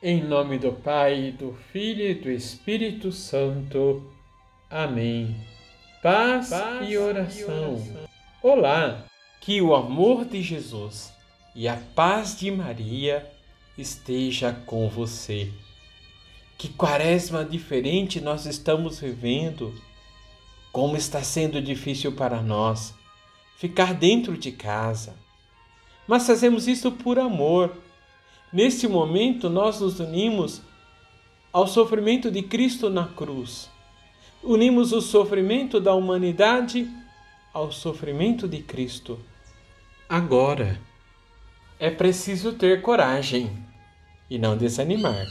Em nome do Pai, do Filho e do Espírito Santo. Amém. Paz e oração. Olá, que o amor de Jesus e a paz de Maria esteja com você. Que quaresma diferente nós estamos vivendo. Como está sendo difícil para nós ficar dentro de casa. Mas fazemos isso por amor. Neste momento, nós nos unimos ao sofrimento de Cristo na cruz. Unimos o sofrimento da humanidade ao sofrimento de Cristo. Agora, é preciso ter coragem e não desanimar.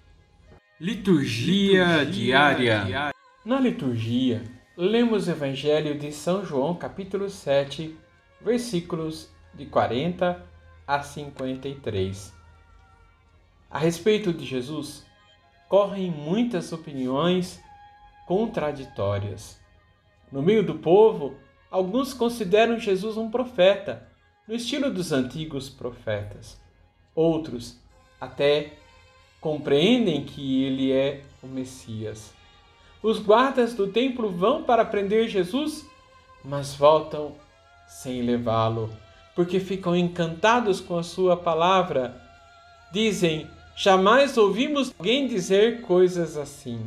Liturgia diária. Na liturgia, lemos o Evangelho de São João, capítulo 7, versículos de 40 a 53. A respeito de Jesus, correm muitas opiniões contraditórias. No meio do povo, alguns consideram Jesus um profeta, no estilo dos antigos profetas. Outros até compreendem que ele é o Messias. Os guardas do templo vão para prender Jesus, mas voltam sem levá-lo, porque ficam encantados com a sua palavra. Dizem: jamais ouvimos alguém dizer coisas assim.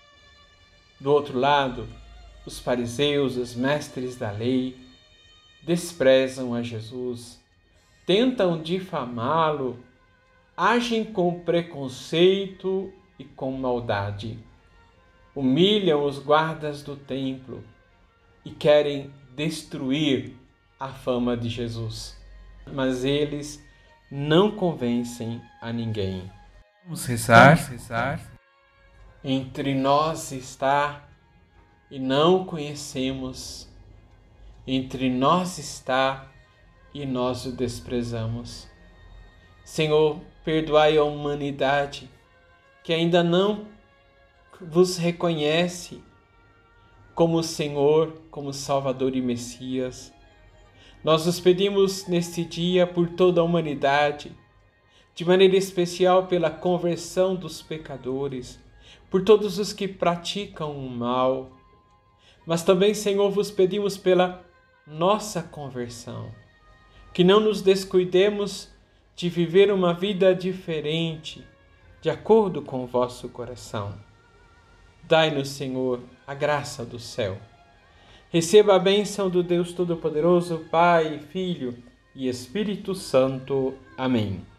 Do outro lado, os fariseus, os mestres da lei, desprezam a Jesus, tentam difamá-lo, agem com preconceito e com maldade. Humilham os guardas do templo e querem destruir a fama de Jesus. Mas eles não convencem a ninguém. Vamos rezar. Entre nós está e não conhecemos. Entre nós está e nós o desprezamos. Senhor, perdoai a humanidade que ainda não vos reconhece como Senhor, como Salvador e Messias. Nós os pedimos neste dia por toda a humanidade, de maneira especial pela conversão dos pecadores, por todos os que praticam o mal. Mas também, Senhor, vos pedimos pela nossa conversão, que não nos descuidemos de viver uma vida diferente, de acordo com o vosso coração. Dai-nos, Senhor, a graça do céu. Receba a bênção do Deus Todo-Poderoso, Pai, Filho e Espírito Santo. Amém.